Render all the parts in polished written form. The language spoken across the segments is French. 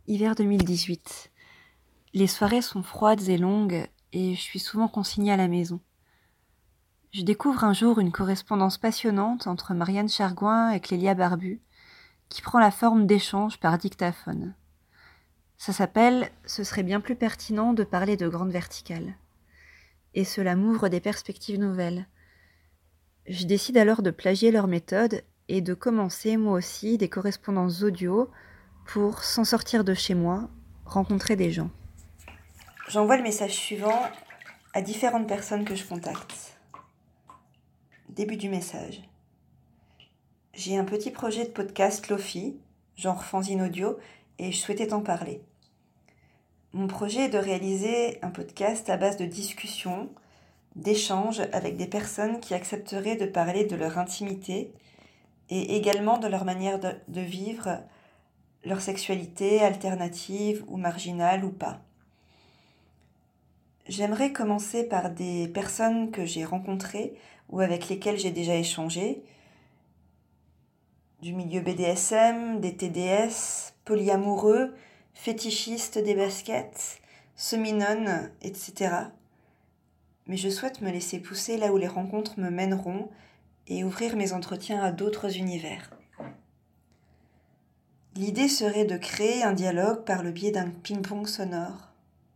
Hiver 2018. Les soirées sont froides et longues et je suis souvent consignée à la maison. Je découvre un jour une correspondance passionnante entre Marianne Chargoin et Clélia Barbu qui prend la forme d'échanges par dictaphone. Ça s'appelle « Ce serait bien plus pertinent de parler de grandes verticales ». Et cela m'ouvre des perspectives nouvelles. Je décide alors de plagier leur méthode et de commencer moi aussi des correspondances audio pour, sans sortir de chez moi, rencontrer des gens. J'envoie le message suivant à différentes personnes que je contacte. Début du message. J'ai un petit projet de podcast Lofi, genre fanzine audio, et je souhaitais t'en parler. Mon projet est de réaliser un podcast à base de discussions, d'échanges avec des personnes qui accepteraient de parler de leur intimité et également de leur manière de vivre leur sexualité alternative ou marginale ou pas. J'aimerais commencer par des personnes que j'ai rencontrées ou avec lesquelles j'ai déjà échangé, du milieu BDSM, des TDS, polyamoureux, fétichistes des baskets, semi-nonnes, etc. Mais je souhaite me laisser pousser là où les rencontres me mèneront et ouvrir mes entretiens à d'autres univers. L'idée serait de créer un dialogue par le biais d'un ping-pong sonore.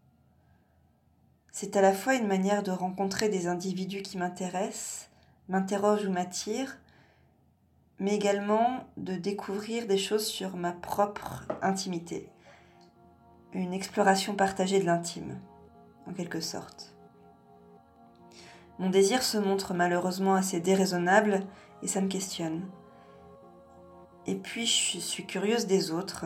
C'est à la fois une manière de rencontrer des individus qui m'intéressent, m'interrogent ou m'attirent, mais également de découvrir des choses sur ma propre intimité. Une exploration partagée de l'intime, en quelque sorte. Mon désir se montre malheureusement assez déraisonnable et ça me questionne. Et puis je suis curieuse des autres.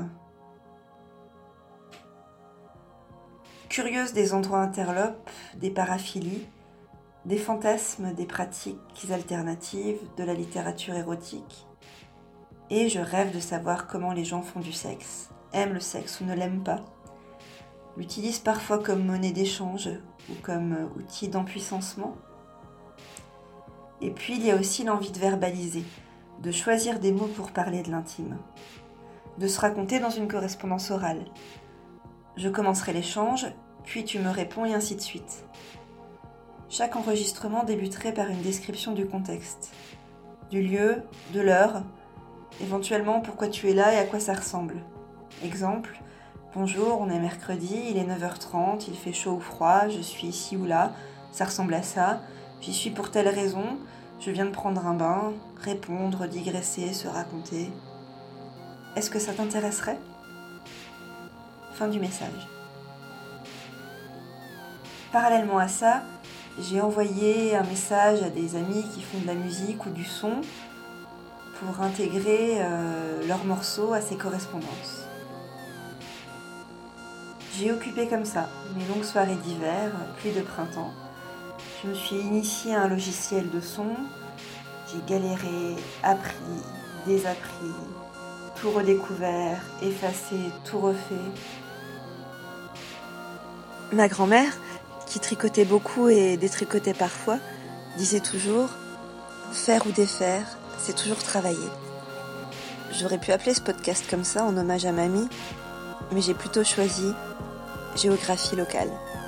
Curieuse des endroits interlopes, des paraphilies, des fantasmes, des pratiques alternatives, de la littérature érotique. Et je rêve de savoir comment les gens font du sexe, aiment le sexe ou ne l'aiment pas, l'utilisent parfois comme monnaie d'échange ou comme outil d'empuissancement. Et puis il y a aussi l'envie de verbaliser, de choisir des mots pour parler de l'intime, de se raconter dans une correspondance orale. Je commencerai l'échange, puis tu me réponds et ainsi de suite. Chaque enregistrement débuterait par une description du contexte, du lieu, de l'heure, éventuellement pourquoi tu es là et à quoi ça ressemble. Exemple, bonjour, on est mercredi, il est 9h30, il fait chaud ou froid, je suis ici ou là, ça ressemble à ça, j'y suis pour telle raison, je viens de prendre un bain, répondre, digresser, se raconter. Est-ce que ça t'intéresserait ? Fin du message. Parallèlement à ça, j'ai envoyé un message à des amis qui font de la musique ou du son pour intégrer leurs morceaux à ces correspondances. J'ai occupé comme ça mes longues soirées d'hiver, puis de printemps. Je me suis initiée à un logiciel de son, j'ai galéré, appris, désappris, tout redécouvert, effacé, tout refait. Ma grand-mère, qui tricotait beaucoup et détricotait parfois, disait toujours « faire ou défaire, c'est toujours travailler ». J'aurais pu appeler ce podcast comme ça en hommage à mamie, mais j'ai plutôt choisi géographie locale.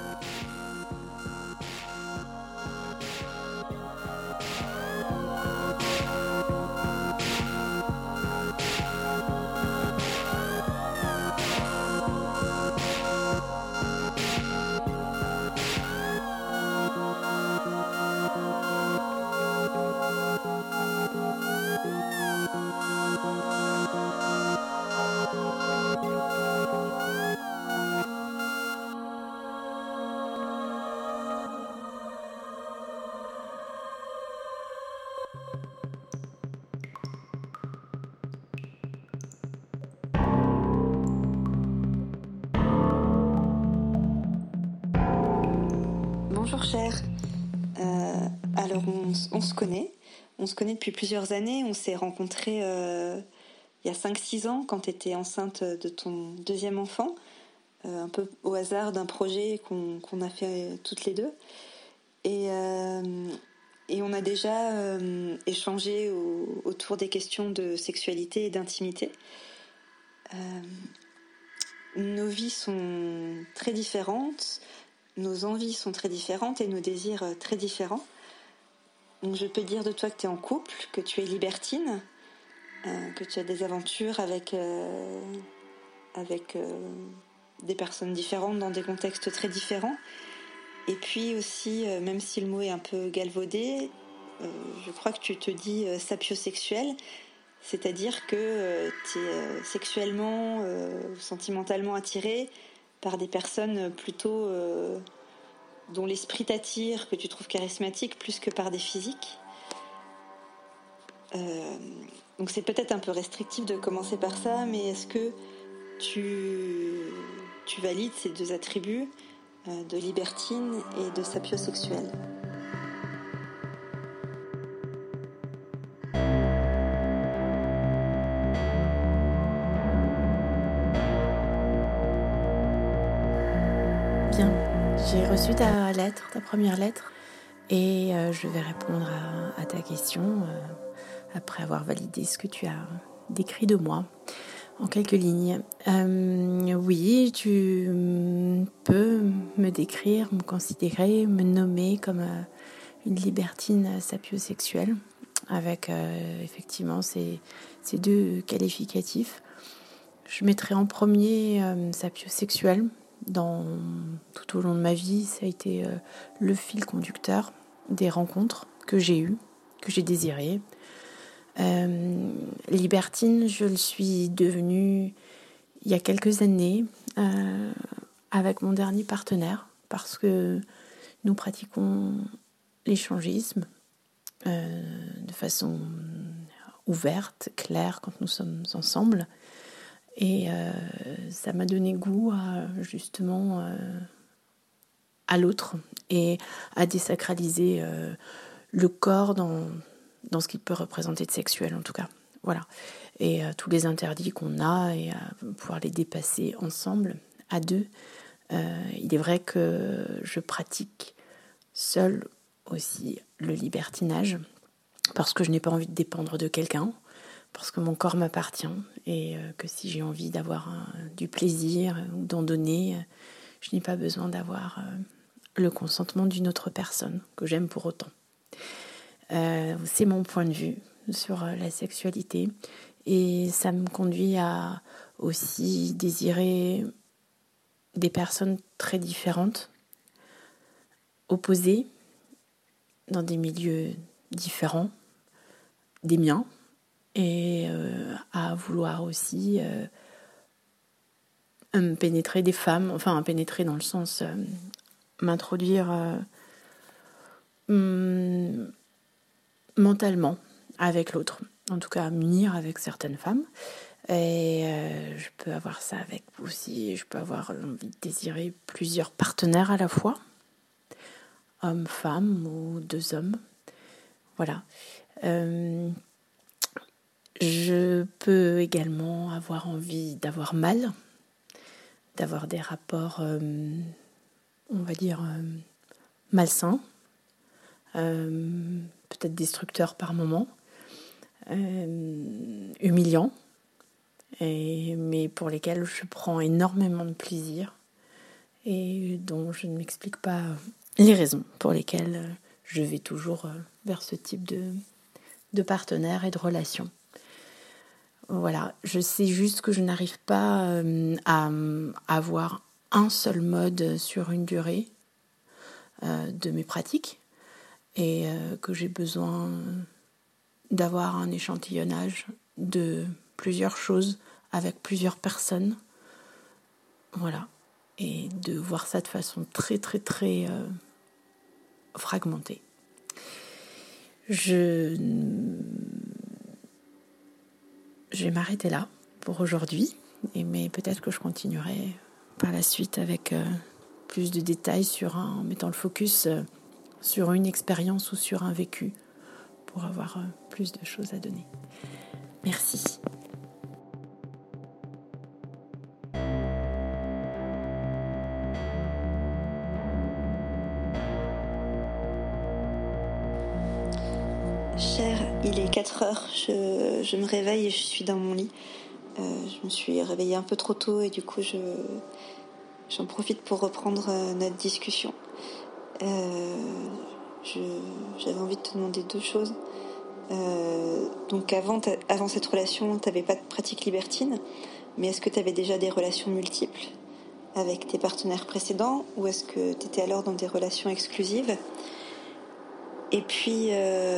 Bonjour cher, alors on se connaît depuis plusieurs années, on s'est rencontrés il y a 5-6 ans quand tu étais enceinte de ton deuxième enfant, un peu au hasard d'un projet qu'on a fait toutes les deux. Et on a déjà échangé autour des questions de sexualité et d'intimité. nos vies sont très différentes, nos envies sont très différentes et nos désirs très différents. Donc je peux dire de toi que tu es en couple, que tu es libertine, que tu as des aventures avec des personnes différentes dans des contextes très différents. Et puis aussi, même si le mot est un peu galvaudé, je crois que tu te dis sapiosexuel, c'est-à-dire que tu es sexuellement, sentimentalement attiré par des personnes plutôt dont l'esprit t'attire, que tu trouves charismatique, plus que par des physiques. Donc c'est peut-être un peu restrictif de commencer par ça, mais est-ce que tu valides ces deux attributs de libertine et de sapiosexuel? Bien, j'ai reçu ta lettre, ta première lettre, et je vais répondre à ta question après avoir validé ce que tu as décrit de moi en quelques lignes. Oui, tu peux me décrire, me considérer, me nommer comme une libertine sapiosexuelle, avec effectivement ces deux qualificatifs. Je mettrai en premier sapiosexuel. Tout au long de ma vie, ça a été le fil conducteur des rencontres que j'ai eues, que j'ai désirées. Libertine, je le suis devenue il y a quelques années avec mon dernier partenaire, parce que nous pratiquons l'échangisme de façon ouverte, claire quand nous sommes ensemble. Et ça m'a donné goût justement à l'autre et à désacraliser le corps dans ce qu'il peut représenter de sexuel en tout cas. Voilà. Et tous les interdits qu'on a et à pouvoir les dépasser ensemble, à deux. Il est vrai que je pratique seule aussi le libertinage parce que je n'ai pas envie de dépendre de quelqu'un, parce que mon corps m'appartient et que si j'ai envie d'avoir du plaisir ou d'en donner, je n'ai pas besoin d'avoir le consentement d'une autre personne que j'aime pour autant. C'est mon point de vue sur la sexualité et ça me conduit à aussi désirer des personnes très différentes, opposées, dans des milieux différents des miens, et à vouloir aussi pénétrer des femmes, enfin pénétrer dans le sens m'introduire mentalement avec l'autre, en tout cas m'unir avec certaines femmes. Et je peux avoir ça avec aussi, je peux avoir envie de désirer plusieurs partenaires à la fois, hommes, femmes ou deux hommes. Voilà. Je peux également avoir envie d'avoir mal, d'avoir des rapports, on va dire, malsains, peut-être destructeurs par moments, humiliants, mais pour lesquels je prends énormément de plaisir et dont je ne m'explique pas les raisons pour lesquelles je vais toujours vers ce type de partenaire et de relation. Voilà, je sais juste que je n'arrive pas à avoir un seul mode sur une durée de mes pratiques et que j'ai besoin d'avoir un échantillonnage de plusieurs choses avec plusieurs personnes. Voilà, et de voir ça de façon très très très fragmentée. Je vais m'arrêter là pour aujourd'hui, mais peut-être que je continuerai par la suite avec plus de détails en mettant le focus sur une expérience ou sur un vécu pour avoir plus de choses à donner. Merci. Cher, il est 4 heures, je me réveille et je suis dans mon lit. Je me suis réveillée un peu trop tôt et du coup j'en profite pour reprendre notre discussion. J'avais envie de te demander deux choses. Donc avant cette relation, tu n'avais pas de pratique libertine, mais est-ce que tu avais déjà des relations multiples avec tes partenaires précédents, ou est-ce que tu étais alors dans des relations exclusives? Et puis,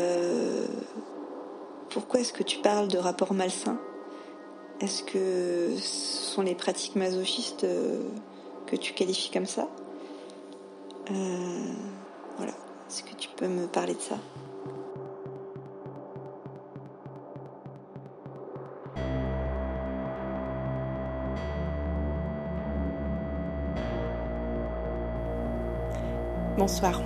pourquoi est-ce que tu parles de rapports malsains? Est-ce que ce sont les pratiques masochistes que tu qualifies comme ça? Voilà. Est-ce que tu peux me parler de ça? Bonsoir.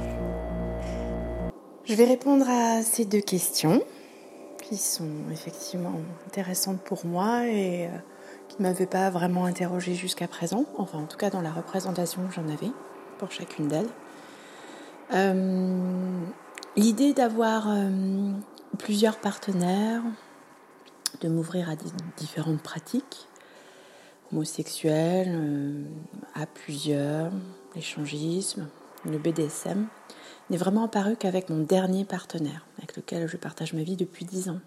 Je vais répondre à ces deux questions qui sont effectivement intéressantes pour moi et qui ne m'avaient pas vraiment interrogée jusqu'à présent, enfin en tout cas dans la représentation que j'en avais pour chacune d'elles. L'idée d'avoir plusieurs partenaires, de m'ouvrir à différentes pratiques homosexuelles, à plusieurs, l'échangisme, le BDSM, n'est vraiment apparu qu'avec mon dernier partenaire, avec lequel je partage ma vie depuis 10 ans.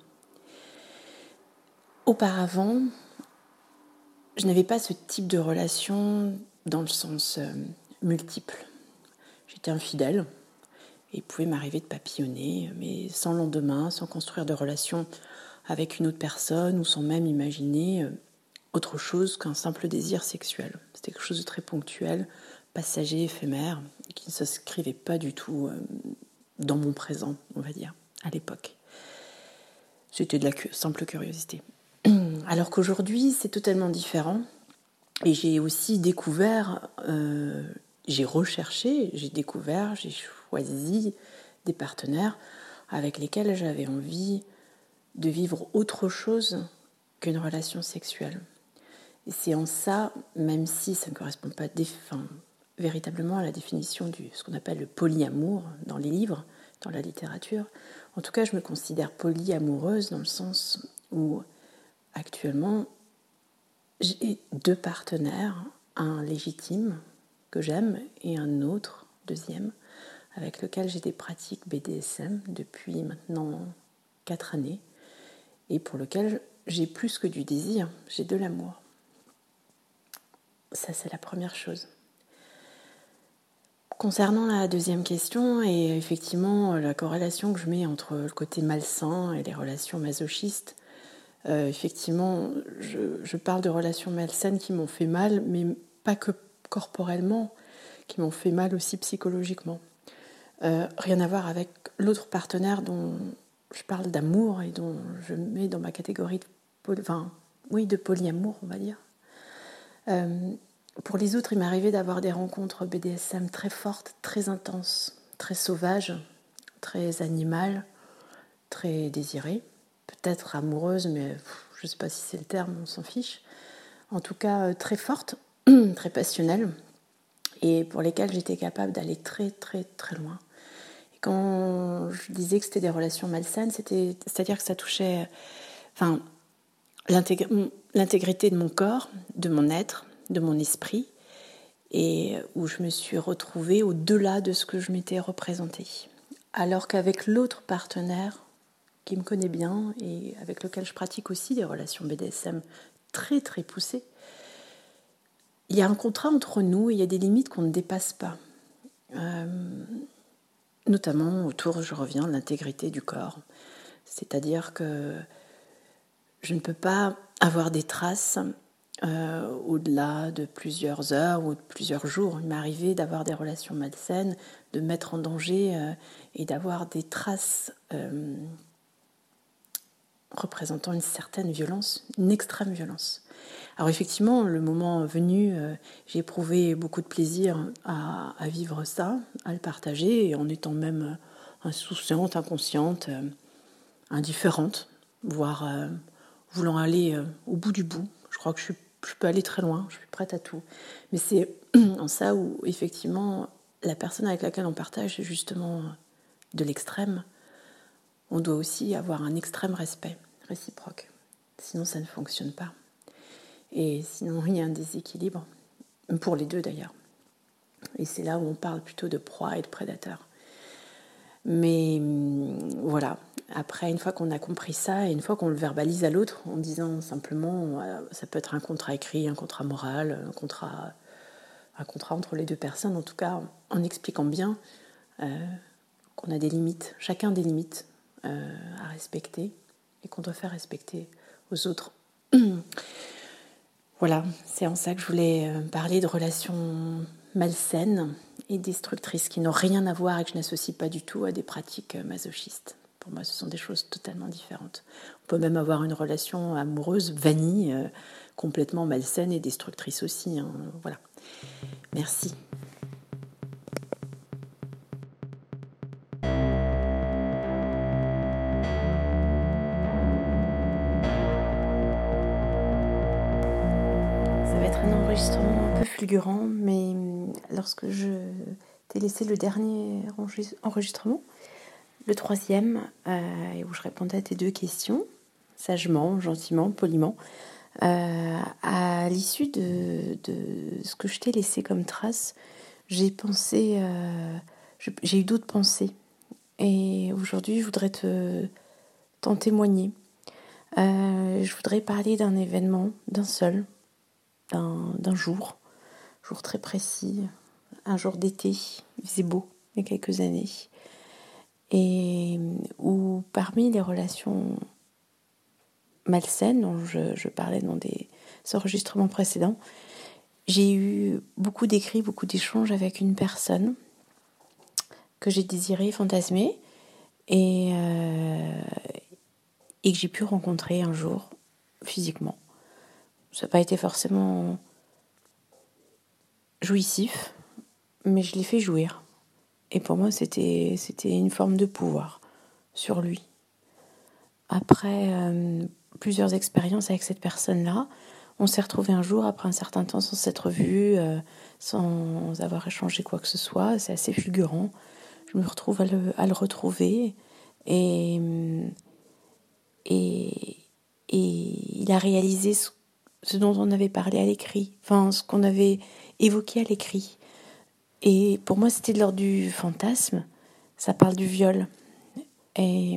Auparavant, je n'avais pas ce type de relation dans le sens multiple. J'étais infidèle et il pouvait m'arriver de papillonner, mais sans lendemain, sans construire de relation avec une autre personne ou sans même imaginer autre chose qu'un simple désir sexuel. C'était quelque chose de très ponctuel, passager, éphémère, qui ne s'inscrivait pas du tout dans mon présent, on va dire, à l'époque. C'était de la simple curiosité. Alors qu'aujourd'hui, c'est totalement différent. Et j'ai aussi découvert, j'ai recherché, j'ai découvert, j'ai choisi des partenaires avec lesquels j'avais envie de vivre autre chose qu'une relation sexuelle. Et c'est en ça, même si ça ne correspond pas véritablement à la définition de ce qu'on appelle le polyamour dans les livres, dans la littérature, en tout cas je me considère polyamoureuse dans le sens où actuellement j'ai deux partenaires, un légitime que j'aime et un autre, deuxième, avec lequel j'ai des pratiques BDSM depuis maintenant 4 années et pour lequel j'ai plus que du désir, j'ai de l'amour. Ça, c'est la première chose. Concernant la deuxième question, et effectivement la corrélation que je mets entre le côté malsain et les relations masochistes, effectivement, je parle de relations malsaines qui m'ont fait mal, mais pas que corporellement, qui m'ont fait mal aussi psychologiquement. Rien à voir avec l'autre partenaire dont je parle d'amour et dont je mets dans ma catégorie de polyamour, on va dire. Pour les autres, il m'est arrivé d'avoir des rencontres BDSM très fortes, très intenses, très sauvages, très animales, très désirées, peut-être amoureuses, mais je ne sais pas si c'est le terme, on s'en fiche. En tout cas, très fortes, très passionnelles, et pour lesquelles j'étais capable d'aller très très très loin. Et quand je disais que c'était des relations malsaines, c'est-à-dire que ça touchait l'intégrité de mon corps, de mon être, de mon esprit, et où je me suis retrouvée au-delà de ce que je m'étais représentée. Alors qu'avec l'autre partenaire, qui me connaît bien et avec lequel je pratique aussi des relations BDSM très très poussées, il y a un contrat entre nous et il y a des limites qu'on ne dépasse pas. Notamment autour, je reviens, de l'intégrité du corps. C'est-à-dire que je ne peux pas avoir des traces au-delà de plusieurs heures ou de plusieurs jours. Il m'est arrivé d'avoir des relations malsaines, de mettre en danger et d'avoir des traces représentant une certaine violence, une extrême violence. Alors effectivement, le moment venu, j'ai éprouvé beaucoup de plaisir à vivre ça, à le partager, et en étant même insouciante, inconsciente, indifférente, voire voulant aller au bout du bout. Je crois que je peux aller très loin, je suis prête à tout. Mais c'est en ça où, effectivement, la personne avec laquelle on partage est justement de l'extrême. On doit aussi avoir un extrême respect réciproque. Sinon, ça ne fonctionne pas. Et sinon, il y a un déséquilibre, pour les deux d'ailleurs. Et c'est là où on parle plutôt de proie et de prédateur. Mais voilà, après, une fois qu'on a compris ça, et une fois qu'on le verbalise à l'autre, en disant simplement, ça peut être un contrat écrit, un contrat moral, un contrat entre les deux personnes, en tout cas, en expliquant bien qu'on a des limites, chacun des limites à respecter, et qu'on doit faire respecter aux autres. Voilà, c'est en ça que je voulais parler de relations malsaines et destructrices qui n'ont rien à voir et que je n'associe pas du tout à des pratiques masochistes. Pour moi, ce sont des choses totalement différentes. On peut même avoir une relation amoureuse vanille, complètement malsaine et destructrice aussi. Hein. Voilà. Merci. Ça va être un enregistrement un peu fulgurant, mais lorsque je t'ai laissé le dernier enregistrement, le troisième, où je répondais à tes 2 questions, sagement, gentiment, poliment, à l'issue de ce que je t'ai laissé comme trace, j'ai pensé, j'ai eu d'autres pensées. Et aujourd'hui, je voudrais t'en témoigner. Je voudrais parler d'un événement, d'un jour très précis, un jour d'été, il faisait beau il y a quelques années, et où parmi les relations malsaines dont je parlais dans des enregistrements précédents, j'ai eu beaucoup d'écrits, beaucoup d'échanges avec une personne que j'ai désiré fantasmer et que j'ai pu rencontrer un jour physiquement. Ça n'a pas été forcément jouissif, mais je l'ai fait jouir. Et pour moi, c'était une forme de pouvoir sur lui. Après plusieurs expériences avec cette personne-là, on s'est retrouvés un jour, après un certain temps, sans s'être vus, sans avoir échangé quoi que ce soit. C'est assez fulgurant. Je me retrouve à le retrouver. Et il a réalisé ce dont on avait parlé à l'écrit, enfin ce qu'on avait évoqué à l'écrit. Et pour moi, c'était de l'ordre du fantasme. Ça parle du viol. Et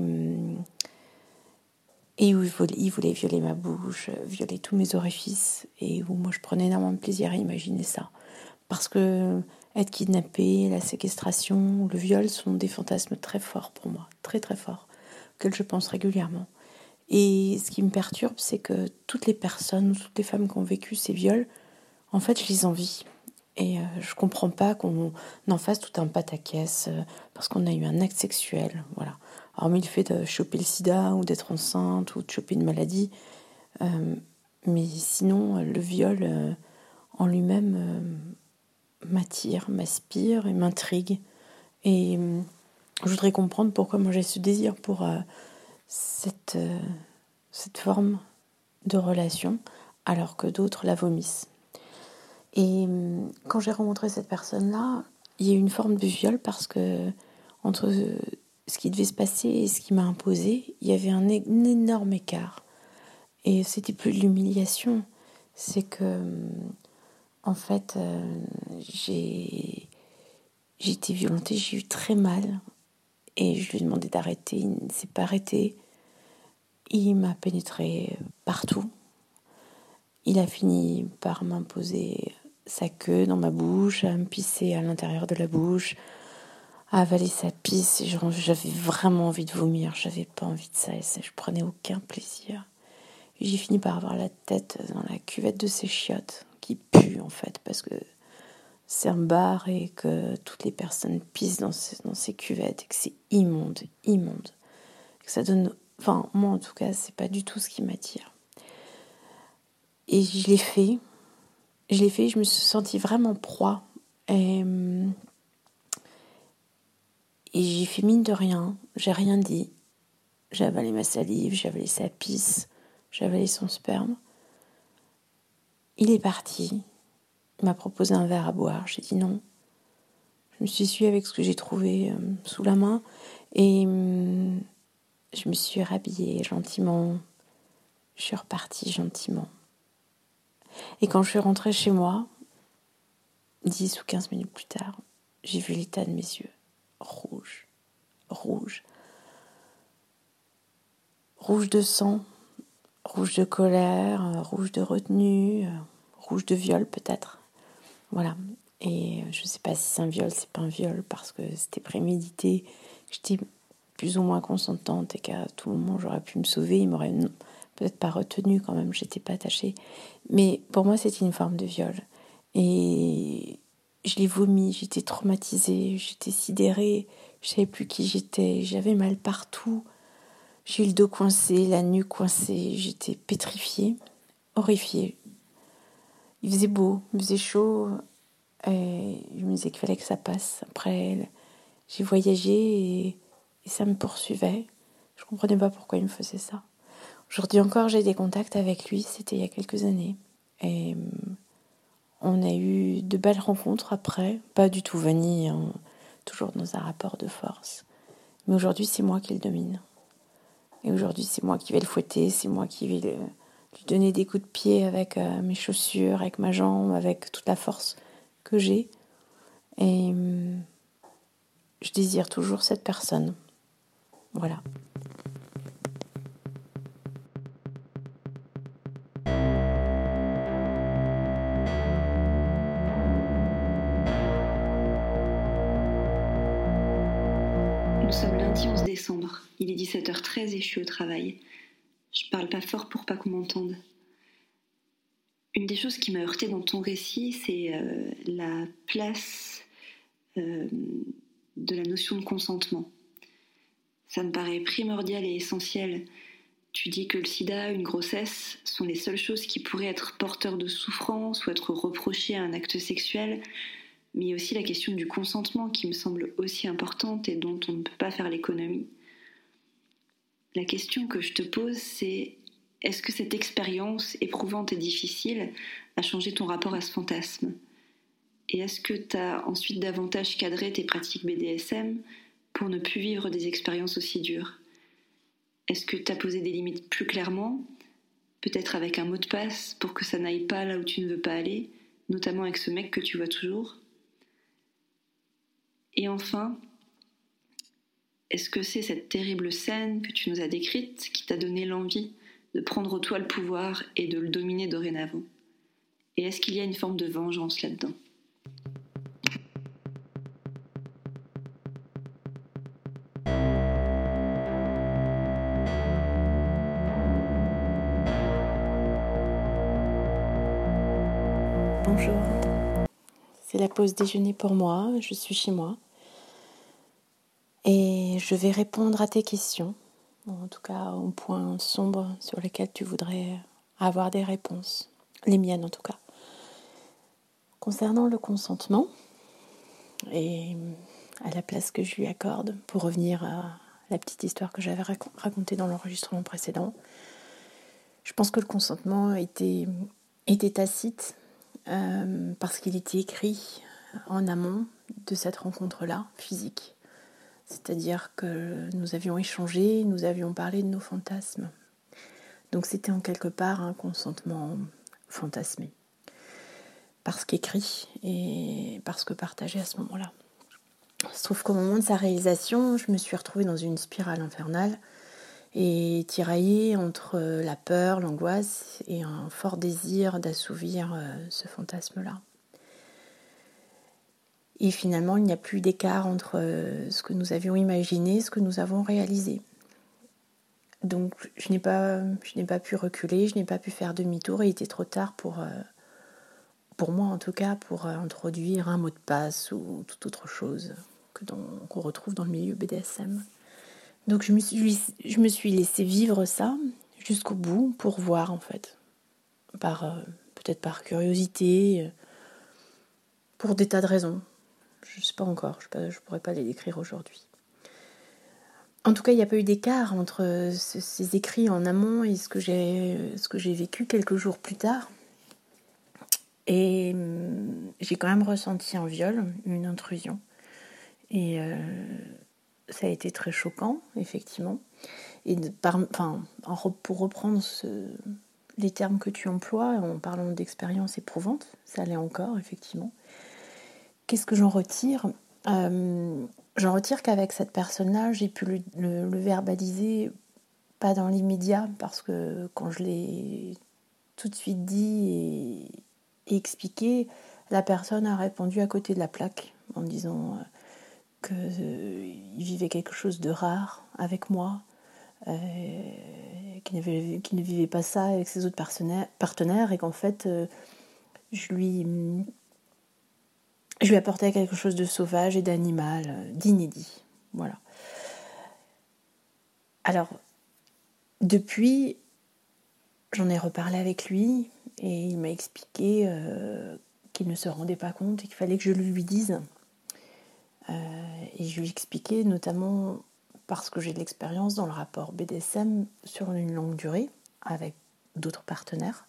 où il voulait violer ma bouche, violer tous mes orifices, et où moi je prenais énormément de plaisir à imaginer ça. Parce que être kidnappé, la séquestration, le viol sont des fantasmes très forts pour moi, très très forts, auxquels je pense régulièrement. Et ce qui me perturbe, c'est que toutes les personnes, toutes les femmes qui ont vécu ces viols, en fait, je les envie. Et je comprends pas qu'on en fasse tout un pataquès parce qu'on a eu un acte sexuel, voilà. Hormis le fait de choper le sida ou d'être enceinte ou de choper une maladie. Mais sinon, le viol en lui-même m'attire, m'aspire et m'intrigue. Et je voudrais comprendre pourquoi moi j'ai ce désir pour cette forme de relation alors que d'autres la vomissent. Et quand j'ai rencontré cette personne-là, il y a eu une forme de viol parce que entre ce qui devait se passer et ce qui m'a imposé, il y avait un énorme écart. Et c'était plus de l'humiliation, c'est que en fait j'ai été violentée, j'ai eu très mal et je lui ai demandé d'arrêter, il ne s'est pas arrêté. Il m'a pénétré partout. Il a fini par m'imposer sa queue dans ma bouche, à me pisser à l'intérieur de la bouche, à avaler sa pisse. J'avais vraiment envie de vomir, j'avais pas envie de ça et je prenais aucun plaisir. J'ai fini par avoir la tête dans la cuvette de ses chiottes, qui puent en fait, parce que c'est un bar et que toutes les personnes pissent dans ces cuvettes et que c'est immonde. Que ça donne... Enfin, moi en tout cas, c'est pas du tout ce qui m'attire. Et je l'ai fait, je me suis sentie vraiment proie. Et j'ai fait mine de rien, j'ai rien dit. J'ai avalé ma salive, j'ai avalé sa pisse, j'ai avalé son sperme. Il est parti, il m'a proposé un verre à boire, j'ai dit non. Je me suis essuyée avec ce que j'ai trouvé sous la main et je me suis rhabillée gentiment. Je suis repartie gentiment. Et quand je suis rentrée chez moi, 10 ou 15 minutes plus tard, j'ai vu l'état de mes yeux. Rouge, rouge. Rouge de sang, rouge de colère, rouge de retenue, rouge de viol peut-être. Voilà. Et je ne sais pas si c'est un viol, c'est pas un viol, parce que c'était prémédité. J'étais plus ou moins consentante et qu'à tout moment j'aurais pu me sauver. Il m'aurait peut-être pas retenue quand même, j'étais pas attachée. Mais pour moi c'était une forme de viol. Et je l'ai vomi, j'étais traumatisée, j'étais sidérée, je savais plus qui j'étais, j'avais mal partout. J'ai eu le dos coincé, la nuque coincée, j'étais pétrifiée, horrifiée. Il faisait beau, il faisait chaud, et je me disais qu'il fallait que ça passe. Après, j'ai voyagé et ça me poursuivait. Je ne comprenais pas pourquoi il me faisait ça. Aujourd'hui encore, j'ai des contacts avec lui, c'était il y a quelques années. Et on a eu de belles rencontres après, pas du tout vanille, hein, toujours dans un rapport de force. Mais aujourd'hui, c'est moi qui le domine. Et aujourd'hui, c'est moi qui vais le fouetter, c'est moi qui vais lui donner des coups de pied avec mes chaussures, avec ma jambe, avec toute la force que j'ai. Et je désire toujours cette personne. Voilà. Nous sommes lundi 11 décembre. Il est 17h13 et je suis au travail. Je parle pas fort pour pas qu'on m'entende. Une des choses qui m'a heurtée dans ton récit, c'est la place de la notion de consentement. Ça me paraît primordial et essentiel. Tu dis que le sida, une grossesse, sont les seules choses qui pourraient être porteurs de souffrance ou être reprochées à un acte sexuel, mais il y a aussi la question du consentement qui me semble aussi importante et dont on ne peut pas faire l'économie. La question que je te pose, c'est: est-ce que cette expérience éprouvante et difficile a changé ton rapport à ce fantasme ? Et est-ce que tu as ensuite davantage cadré tes pratiques BDSM pour ne plus vivre des expériences aussi dures ? Est-ce que tu as posé des limites plus clairement, peut-être avec un mot de passe pour que ça n'aille pas là où tu ne veux pas aller, notamment avec ce mec que tu vois toujours ? Et enfin, est-ce que c'est cette terrible scène que tu nous as décrite qui t'a donné l'envie de prendre toi le pouvoir et de le dominer dorénavant ? Et est-ce qu'il y a une forme de vengeance là-dedans ? Bonjour. C'est la pause déjeuner pour moi, je suis chez moi. Et je vais répondre à tes questions, en tout cas aux points sombres sur lesquels tu voudrais avoir des réponses, les miennes en tout cas. Concernant le consentement, et à la place que je lui accorde, pour revenir à la petite histoire que j'avais racontée dans l'enregistrement précédent, je pense que le consentement était tacite parce qu'il était écrit en amont de cette rencontre-là, physique. C'est-à-dire que nous avions échangé, nous avions parlé de nos fantasmes. Donc c'était en quelque part un consentement fantasmé. Parce qu'écrit et parce que partagé à ce moment-là. Il se trouve qu'au moment de sa réalisation, je me suis retrouvée dans une spirale infernale et tiraillée entre la peur, l'angoisse et un fort désir d'assouvir ce fantasme-là. Et finalement, il n'y a plus d'écart entre ce que nous avions imaginé et ce que nous avons réalisé. Donc, je n'ai pas pu reculer, je n'ai pas pu faire demi-tour. Il était trop tard pour moi en tout cas, pour introduire un mot de passe ou toute autre chose qu'on retrouve dans le milieu BDSM. Donc, je me suis laissée vivre ça jusqu'au bout pour voir en fait, peut-être par curiosité, pour des tas de raisons. Je ne sais pas encore, je ne pourrais pas les décrire aujourd'hui. En tout cas, il n'y a pas eu d'écart entre ces écrits en amont et ce que j'ai vécu quelques jours plus tard. Et j'ai quand même ressenti un viol, une intrusion. Et ça a été très choquant, effectivement. Et pour reprendre les termes que tu emploies en parlant d'expérience éprouvante, ça l'est encore, effectivement. Qu'est-ce que j'en retire ? J'en retire qu'avec cette personne-là, j'ai pu le verbaliser, pas dans l'immédiat, parce que quand je l'ai tout de suite dit et expliqué, la personne a répondu à côté de la plaque en me disant qu'il vivait quelque chose de rare avec moi, qu'il ne vivait pas ça avec ses autres partenaires et qu'en fait, je lui apportais quelque chose de sauvage et d'animal, d'inédit. Voilà. Alors, depuis, j'en ai reparlé avec lui et il m'a expliqué qu'il ne se rendait pas compte et qu'il fallait que je lui dise. Et je lui ai expliqué notamment parce que j'ai de l'expérience dans le rapport BDSM sur une longue durée avec d'autres partenaires.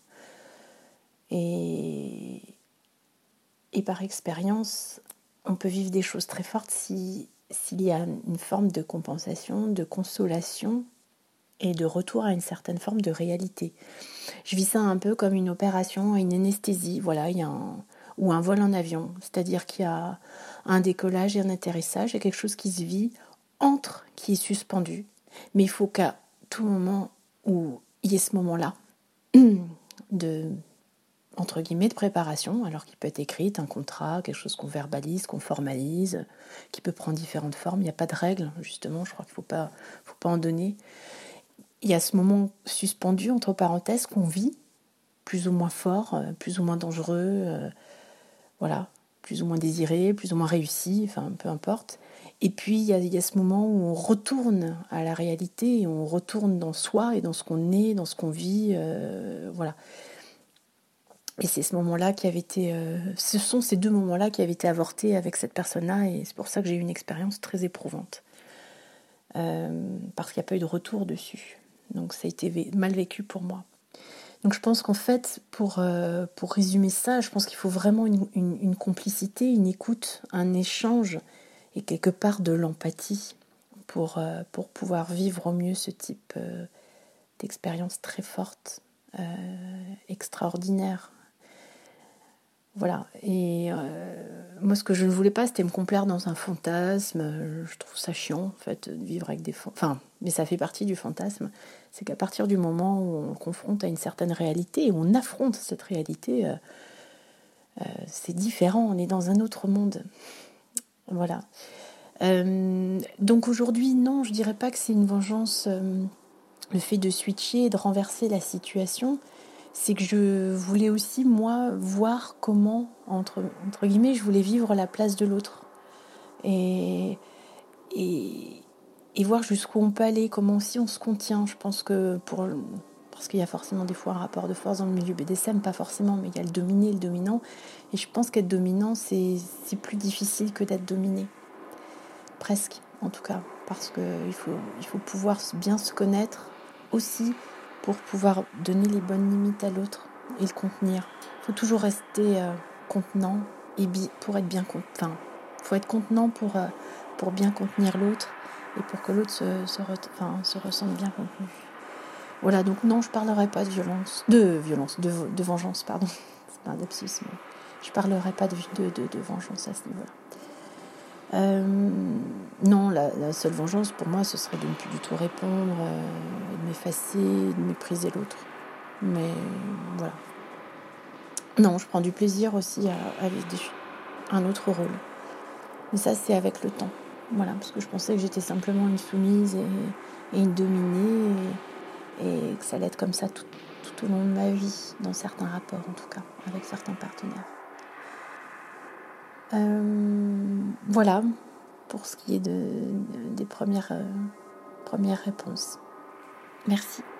Et par expérience, on peut vivre des choses très fortes s'il y a une forme de compensation, de consolation et de retour à une certaine forme de réalité. Je vis ça un peu comme une opération, une anesthésie, voilà, ou un vol en avion. C'est-à-dire qu'il y a un décollage et un atterrissage, il y a quelque chose qui se vit qui est suspendu. Mais il faut qu'à tout moment où il y ait ce moment-là de, entre guillemets, de préparation, alors qu'il peut être écrit, un contrat, quelque chose qu'on verbalise, qu'on formalise, qui peut prendre différentes formes. Il n'y a pas de règle, justement, je crois qu'il ne faut pas en donner. Il y a ce moment suspendu, entre parenthèses, qu'on vit, plus ou moins fort, plus ou moins dangereux, voilà, plus ou moins désiré, plus ou moins réussi, enfin, peu importe. Et puis, il y a ce moment où on retourne à la réalité, et on retourne dans soi et dans ce qu'on est, dans ce qu'on vit, voilà. Et c'est ce moment-là qui avait été... ce sont ces deux moments-là qui avaient été avortés avec cette personne-là, et c'est pour ça que j'ai eu une expérience très éprouvante. Parce qu'il n'y a pas eu de retour dessus. Donc ça a été mal vécu pour moi. Donc je pense qu'en fait, pour résumer ça, je pense qu'il faut vraiment une complicité, une écoute, un échange et quelque part de l'empathie pour pouvoir vivre au mieux ce type d'expérience très forte, extraordinaire. Voilà. Et moi, ce que je ne voulais pas, c'était me complaire dans un fantasme. Je trouve ça chiant, en fait, de vivre avec des... Enfin, mais ça fait partie du fantasme. C'est qu'à partir du moment où on le confronte à une certaine réalité, et on affronte cette réalité, c'est différent. On est dans un autre monde. Voilà. Donc aujourd'hui, non, je dirais pas que c'est une vengeance. Le fait de switcher et de renverser la situation, c'est que je voulais aussi, moi, voir comment, entre guillemets, je voulais vivre la place de l'autre. Et voir jusqu'où on peut aller, comment aussi on se contient. Je pense que parce qu'il y a forcément des fois un rapport de force dans le milieu BDSM, pas forcément, mais il y a le dominé et le dominant. Et je pense qu'être dominant, c'est plus difficile que d'être dominé. Presque, en tout cas. Parce qu'il faut pouvoir bien se connaître aussi pour pouvoir donner les bonnes limites à l'autre et le contenir. Il faut toujours rester contenant et pour être bien contenant. Il faut être contenant pour bien contenir l'autre et pour que l'autre se ressente bien contenu. Voilà, donc non, je ne parlerai pas de vengeance, pardon. C'est pas un lapsus, mais je ne parlerai pas de vengeance à ce niveau-là. Non, la seule vengeance pour moi, ce serait de ne plus du tout répondre, de m'effacer, de mépriser l'autre. Mais voilà. Non, je prends du plaisir aussi à vivre un autre rôle. Mais ça, c'est avec le temps. Voilà, parce que je pensais que j'étais simplement une soumise et une dominée et que ça allait être comme ça tout au long de ma vie, dans certains rapports en tout cas, avec certains partenaires. Voilà pour ce qui est des premières réponses. Merci.